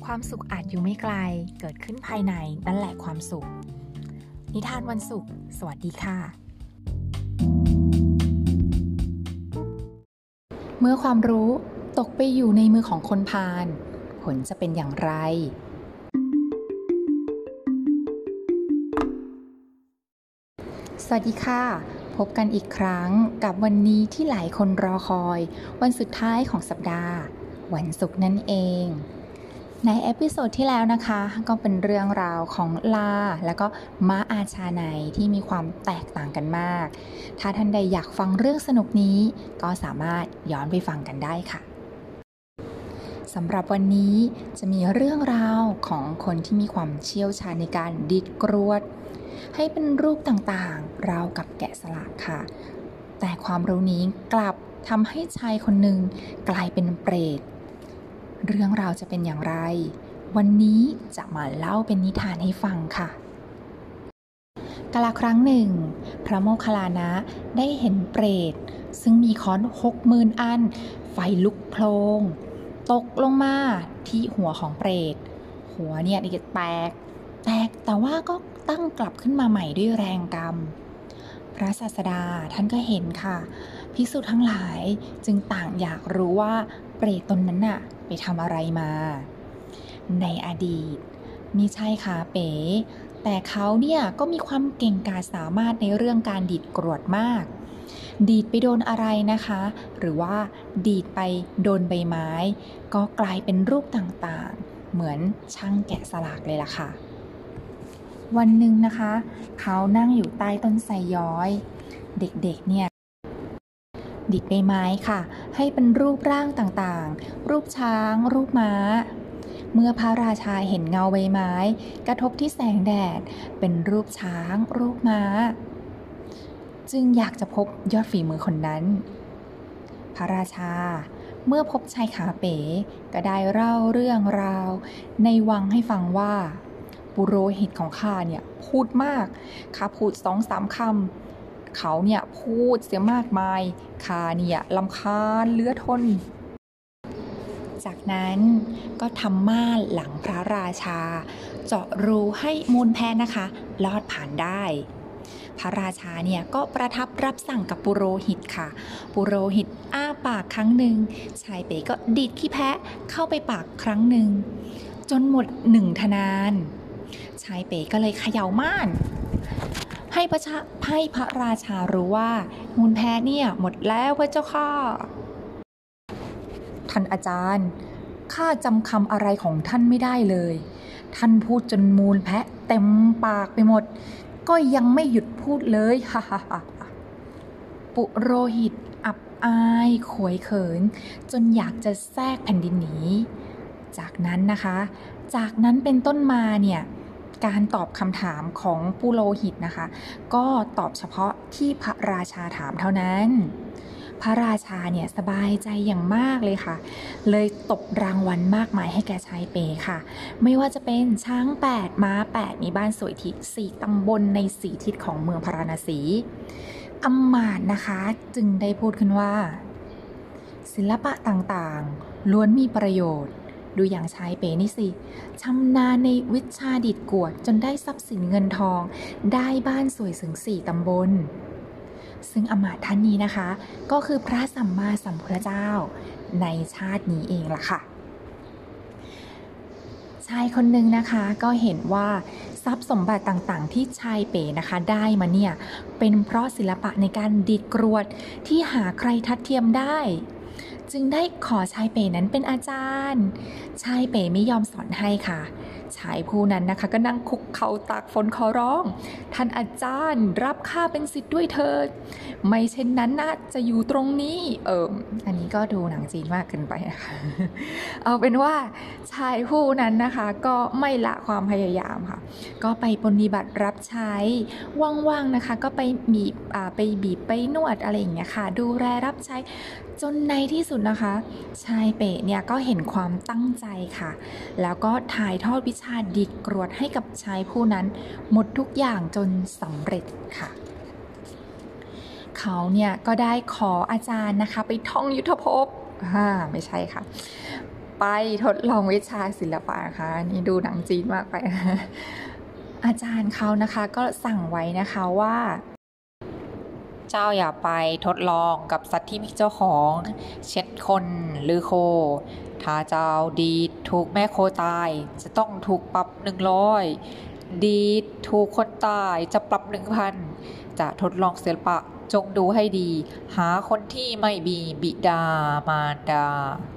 ความสุขอาจอยู่ไม่ไกลเกิดขึ้นภายในนั่นแหละความสุขนิทานวันศุกร์สวัสดีค่ะเมื่อความรู้ตกไปอยู่ในมือของคนพาลผลจะเป็นอย่างไรสวัสดีค่ะพบกันอีกครั้งกับวันนี้ที่หลายคนรอคอยวันสุดท้ายของสัปดาห์วันศุกร์นั่นเองในเอพิโซดที่แล้วนะคะก็เป็นเรื่องราวของลาและก็ม้าอาชาไนที่มีความแตกต่างกันมากถ้าท่านใดอยากฟังเรื่องสนุกนี้ก็สามารถย้อนไปฟังกันได้ค่ะสำหรับวันนี้จะมีเรื่องราวของคนที่มีความเชี่ยวชาญในการดีดกรวดให้เป็นรูปต่างๆราวกับแกะสลักค่ะแต่ความรู้นี้กลับทำให้ชายคนหนึ่งกลายเป็นเปรตเรื่องราวจะเป็นอย่างไรวันนี้จะมาเล่าเป็นนิทานให้ฟังค่ะกาลครั้งหนึ่งพระโมคคัลลานะได้เห็นเปรตซึ่งมีค้อน 60,000 อันไฟลุกโพลงตกลงมาที่หัวของเปรตหัวเนี่ยแตกแต่ว่าก็ตั้งกลับขึ้นมาใหม่ด้วยแรงกรรมพระศาสดาท่านก็เห็นค่ะภิกษุทั้งหลายจึงต่างอยากรู้ว่าเปรตตนนั้นน่ะไปทำอะไรมาในอดีตมิใช่ขาเป๋แต่เขาเนี่ยก็มีความเก่งกาจสามารถในเรื่องการดีดกรวดมากดีดไปโดนอะไรนะคะหรือว่าดีดไปโดนใบไม้ก็กลายเป็นรูปต่างๆเหมือนช่างแกะสลักเลยล่ะค่ะวันหนึ่งนะคะเขานั่งอยู่ใต้ต้นไทรย้อยเด็กๆเนี่ยดิดใบไม้ค่ะให้เป็นรูปร่างต่างๆรูปช้างรูปม้าเมื่อพระราชาเห็นเงาใบไม้กระทบที่แสงแดดเป็นรูปช้างรูปม้าจึงอยากจะพบยอดฝีมือคนนั้นพระราชาเมื่อพบชายขาเป๋ก็ได้เล่าเรื่องราวในวังให้ฟังว่าปุโรหิตของข้าเนี่ยพูดมากข้าพูด 2-3 คำเขาเนี่ยพูดเสียมากมายข้าเนี่ยรำคาญเหลือทนจากนั้นก็ทำม่านหลังพระราชาเจาะรูให้มูลแพทย์นะคะลอดผ่านได้พระราชาเนี่ยก็ประทับรับสั่งกับปุโรหิตค่ะปุโรหิตอ้าปากครั้งหนึ่งชายเป๋ก็ดีดขี้แพะเข้าไปปากครั้งหนึ่งจนหมด1 ทนานชายเป๋ก็เลยเขย่าม่านให้พระราชารู้ว่ามูลแพะเนี่ยหมดแล้วพระเจ้าค่ะท่านอาจารย์ข้าจำคำอะไรของท่านไม่ได้เลยท่านพูดจนมูลแพะเต็มปากไปหมดก็ยังไม่หยุดพูดเลยฮ่าฮ่าฮ่าปุโรหิตอับอายขวยเขินจนอยากจะแทรกแผ่นดินหนีจากนั้นเป็นต้นมาเนี่ยการตอบคำถามของปุโรหิตนะคะก็ตอบเฉพาะที่พระราชาถามเท่านั้นพระราชาเนี่ยสบายใจอย่างมากเลยค่ะเลยตบรางวัลมากมายให้แก่ชายเป๋ค่ะไม่ว่าจะเป็นช้าง8ม้า8มีบ้านสวยทิศ4ตำบลใน4ทิศของเมืองพาราณสีอำมาตย์นะคะจึงได้พูดขึ้นว่าศิลปะต่างๆล้วนมีประโยชน์ดูอย่างชายเป๋นี่สิชำนาญในวิชาดีดกรวดจนได้ทรัพย์สินเงินทองได้บ้านสวยถึง4ตำบลซึ่งอมาตย์ท่านนี้นะคะก็คือพระสัมมาสัมพุทธเจ้าในชาตินี้เองล่ะค่ะชายคนหนึ่งนะคะก็เห็นว่าทรัพย์สมบัติต่างๆที่ชายเป๋นะคะได้มาเนี่ยเป็นเพราะศิลปะในการดีดกรวดที่หาใครทัดเทียมได้จึงได้ขอชายเป๋นั้นเป็นอาจารย์ชายเป๋ไม่ยอมสอนให้ค่ะชายผู้นั้นนะคะก็นั่งคุกเข่าตากฝนขอร้องท่านอาจารย์รับข้าเป็นศิษย์ด้วยเถิดไม่เช่นนั้นน่าจะอยู่ตรงนี้อันนี้ก็ดูหนังจีนมากเกินไปนะคะเอาเป็นว่าชายผู้นั้นนะคะก็ไม่ละความพยายามค่ะก็ไปปฏิบัติรับใช้ว่างๆนะคะก็ไปบีบไปนวดอะไรอย่างเงี้ยค่ะดูแลรับใช้จนในที่สุดนะคะชายเป๋เนี่ยก็เห็นความตั้งใจค่ะแล้วก็ถ่ายทอดวิชาดีดกรวดให้กับชายผู้นั้นหมดทุกอย่างจนสำเร็จค่ะเขาเนี่ยก็ได้ขออาจารย์นะคะไปท่องยุทธภพไม่ใช่ค่ะไปทดลองวิชาศิลปะนะคะนี่ดูหนังจีนมากไป อาจารย์เขานะคะก็สั่งไว้นะคะว่า เจ้าอย่าไปทดลองกับสัตว์ที่มีเจ้าของเช่นคนหรือโคถ้าเจ้าดีดถูกแม่โคตายจะต้องถูกปรับ100ดีดถูกคนตายจะปรับ1,000จะทดลองศิลปะจงดูให้ดีหาคนที่ไม่มีบิดามารดา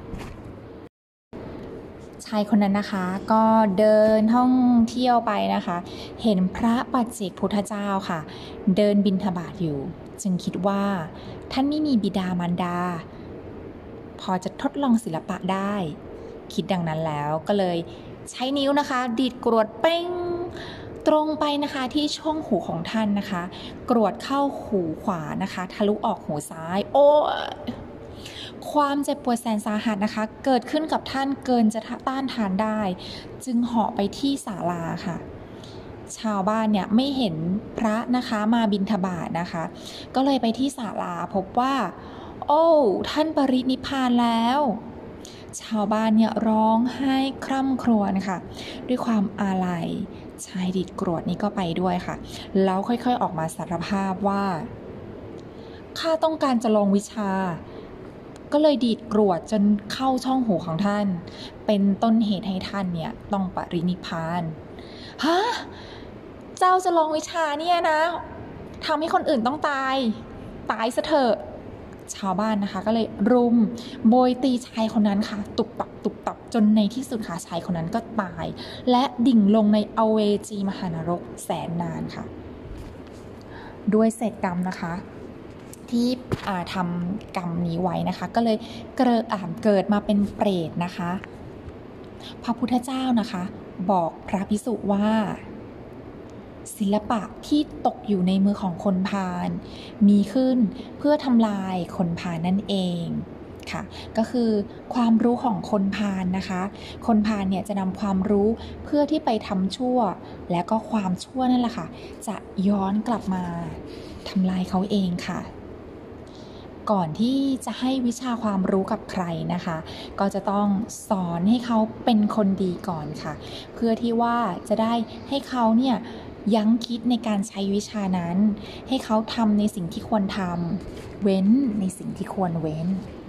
ชายคนนั้นนะคะก็เดินท่องเที่ยวไปนะคะเห็นพระปัจเจกพุทธเจ้าค่ะเดินบิณฑบาตอยู่จึงคิดว่าท่านไม่มีบิดามารดาพอจะทดลองศิลปะได้คิดดังนั้นแล้วก็เลยใช้นิ้วนะคะดีดกรวดเป้งตรงไปนะคะที่ช่องหูของท่านนะคะกรวดเข้าหูขวานะคะทะลุออกหูซ้ายโอ้ความเจ็บปวดแสนสาหัสนะคะเกิดขึ้นกับท่านเกินจะต้านทานได้จึงเหาะไปที่ศาลาค่ะชาวบ้านเนี่ยไม่เห็นพระนะคะมาบิณฑบาตนะคะก็เลยไปที่ศาลาพบว่าโอ้ท่านปรินิพพานแล้วชาวบ้านเนี่ยร้องไห้คร่ำครวญค่ะด้วยความอาลัยชายดีดกรวดนี้ก็ไปด้วยค่ะแล้วค่อยๆออกมาสารภาพว่าข้าต้องการจะลองวิชาก็เลยดีดกรวดจนเข้าช่องหูของท่านเป็นต้นเหตุให้ท่านเนี่ยต้องปรินิพพานฮะเจ้าจะลองวิชาเนี่ยนะทำให้คนอื่นต้องตายซะเถอะชาวบ้านนะคะก็เลยรุมโบยตีชายคนนั้นค่ะตุบตับจนในที่สุดค่ะชายคนนั้นก็ตายและดิ่งลงในอเวจีมหานรกแสนนานค่ะด้วยเศษกรรมนะคะที่ทำกรรมนี้ไว้นะคะก็เลยเกิดมาเป็นเปรตนะคะพระพุทธเจ้านะคะบอกพระภิกษุว่าศิลปะที่ตกอยู่ในมือของคนพาลมีขึ้นเพื่อทำลายคนพาลนั่นเองค่ะก็คือความรู้ของคนพาลนะคะคนพาลเนี่ยจะนำความรู้เพื่อที่ไปทำชั่วและก็ความชั่วนั่นแหละค่ะจะย้อนกลับมาทำลายเขาเองค่ะก่อนที่จะให้วิชาความรู้กับใครนะคะก็จะต้องสอนให้เขาเป็นคนดีก่อนค่ะเพื่อที่ว่าจะได้ให้เขาเนี่ยยั้งคิดในการใช้วิชานั้นให้เขาทำในสิ่งที่ควรทำเว้นในสิ่งที่ควรเว้น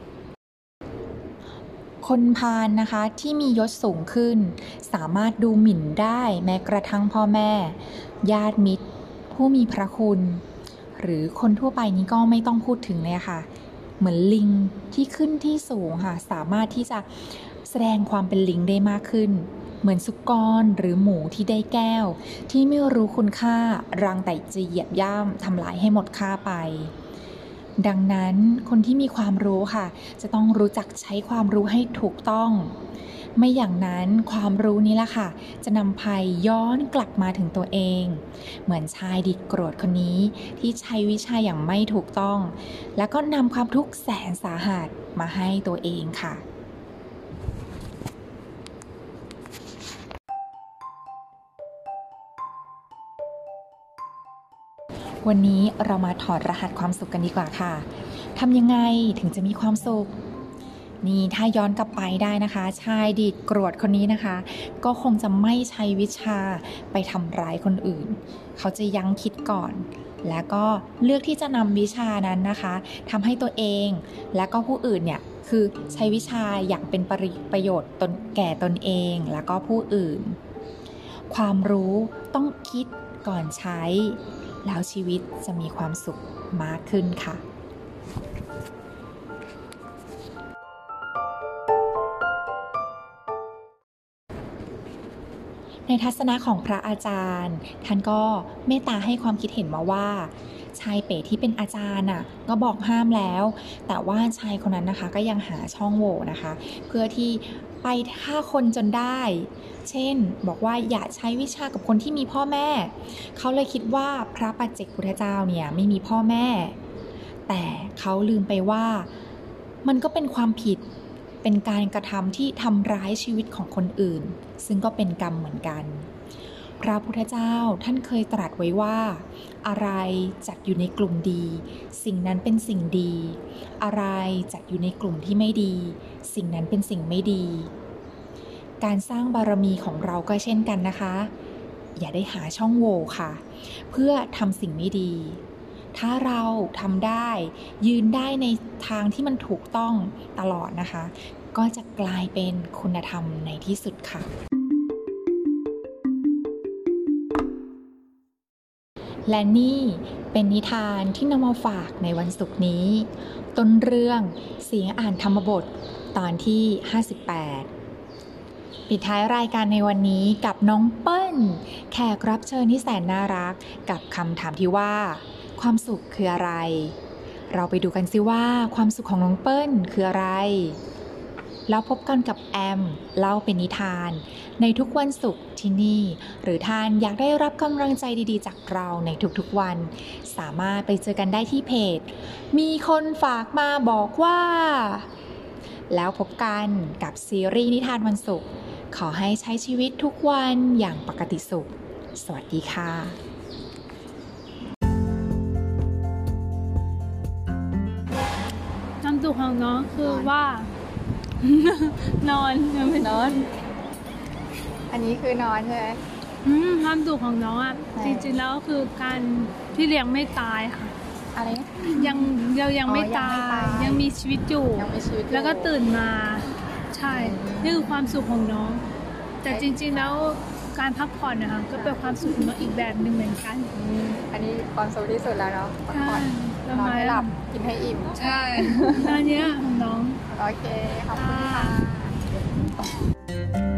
คนพาลนะคะที่มียศสูงขึ้นสามารถดูหมิ่นได้แม้กระทั่งพ่อแม่ญาติมิตรผู้มีพระคุณหรือคนทั่วไปนี้ก็ไม่ต้องพูดถึงเลยค่ะเหมือนลิงที่ขึ้นที่สูงค่ะสามารถที่จะแสดงความเป็นลิงได้มากขึ้นเหมือนสุกรหรือหมูที่ได้แก้วที่ไม่รู้คุณค่ารังแต่จะเหยียบย่ำทำลายให้หมดค่าไปดังนั้นคนที่มีความรู้ค่ะจะต้องรู้จักใช้ความรู้ให้ถูกต้องไม่อย่างนั้นความรู้นี้ล่ะค่ะจะนำภัยย้อนกลับมาถึงตัวเองเหมือนชายดีดกรวดคนนี้ที่ใช้วิชาอย่างไม่ถูกต้องแล้วก็นำความทุกข์แสนสาหัสมาให้ตัวเองค่ะวันนี้เรามาถอดรหัสความสุขกันดีกว่าค่ะทำยังไงถึงจะมีความสุขนี่ถ้าย้อนกลับไปได้นะคะชายดีดกรวดคนนี้นะคะก็คงจะไม่ใช้วิชาไปทำร้ายคนอื่นเขาจะยั้งคิดก่อนแล้วก็เลือกที่จะนำวิชานั้นนะคะทำให้ตัวเองและก็ผู้อื่นเนี่ยคือใช้วิชาอย่างเป็นประโยชน์แก่ตนเองและก็ผู้อื่นความรู้ต้องคิดก่อนใช้แล้วชีวิตจะมีความสุขมากขึ้นค่ะในทัศนะของพระอาจารย์ท่านก็เมตตาให้ความคิดเห็นมาว่าชายเป๋ที่เป็นอาจารย์น่ะก็บอกห้ามแล้วแต่ว่าชายคนนั้นนะคะก็ยังหาช่องโหว่นะคะเพื่อที่ไปฆ่าคนจนได้เช่นบอกว่าอย่าใช้วิชากับคนที่มีพ่อแม่เขาเลยคิดว่าพระปัจเจกพุทธเจ้าเนี่ยไม่มีพ่อแม่แต่เขาลืมไปว่ามันก็เป็นความผิดเป็นการกระทำที่ทำร้ายชีวิตของคนอื่นซึ่งก็เป็นกรรมเหมือนกันพระพุทธเจ้าท่านเคยตรัสไว้ว่าอะไรจัดอยู่ในกลุ่มดีสิ่งนั้นเป็นสิ่งดีอะไรจัดอยู่ในกลุ่มที่ไม่ดีสิ่งนั้นเป็นสิ่งไม่ดีการสร้างบารมีของเราก็เช่นกันนะคะ อย่าได้หาช่องโหว่ค่ะ เพื่อทำสิ่งไม่ดี ถ้าเราทำได้ยืนได้ในทางที่มันถูกต้องตลอดนะคะ ก็จะกลายเป็นคุณธรรมในที่สุดค่ะ และนี่เป็นนิทานที่นำมาฝากในวันศุกร์นี้ ต้นเรื่องเสียงอ่านธรรมบทตอนที่ 58 ปิดท้ายรายการในวันนี้กับน้องเปิ้ลแขกรับเชิญที่แสนน่ารักกับคำถามที่ว่าความสุขคืออะไร เราไปดูกันสิว่าความสุขของน้องเปิ้ลคืออะไรแล้วพบกันกับแอมเล่าเป็นนิทานในทุกวันศุกร์ที่นี่หรือท่านอยากได้รับกำลังใจดีๆจากเราในทุกๆวันสามารถไปเจอกันได้ที่เพจมีคนฝากมาบอกว่าแล้วพบกันกับซีรีส์นิทานวันศุกร์ขอให้ใช้ชีวิตทุกวันอย่างปกติสุขสวัสดีค่ะความสุขของน้องคือว่า นอนยังไม่นอนอันนี้คือนอนใช่ไหมความสุขของน้องอ่ะใช่จริงๆแล้วคือการที่เลี้ยงไม่ตายค่ะอะไรนะเรายังไม่ตายยังมีชีวิตอยู่ยังมีชีวิตอยู่แล้วก็ตื่นมาใช่นี่คือความสุขของน้อง แต่จริงๆแล้วการพักผ่อนนะคะก็เป็นความสุขของน้องอีกแบบหนึ่งเหมือนกันอันนี้ความสุขที่สุดแล้วเนาะพักผ่อนใช่นอนให้หลับกินให้อิ่มใช่ตอนนี้ของน้องโอเคขอบคุณค่ะ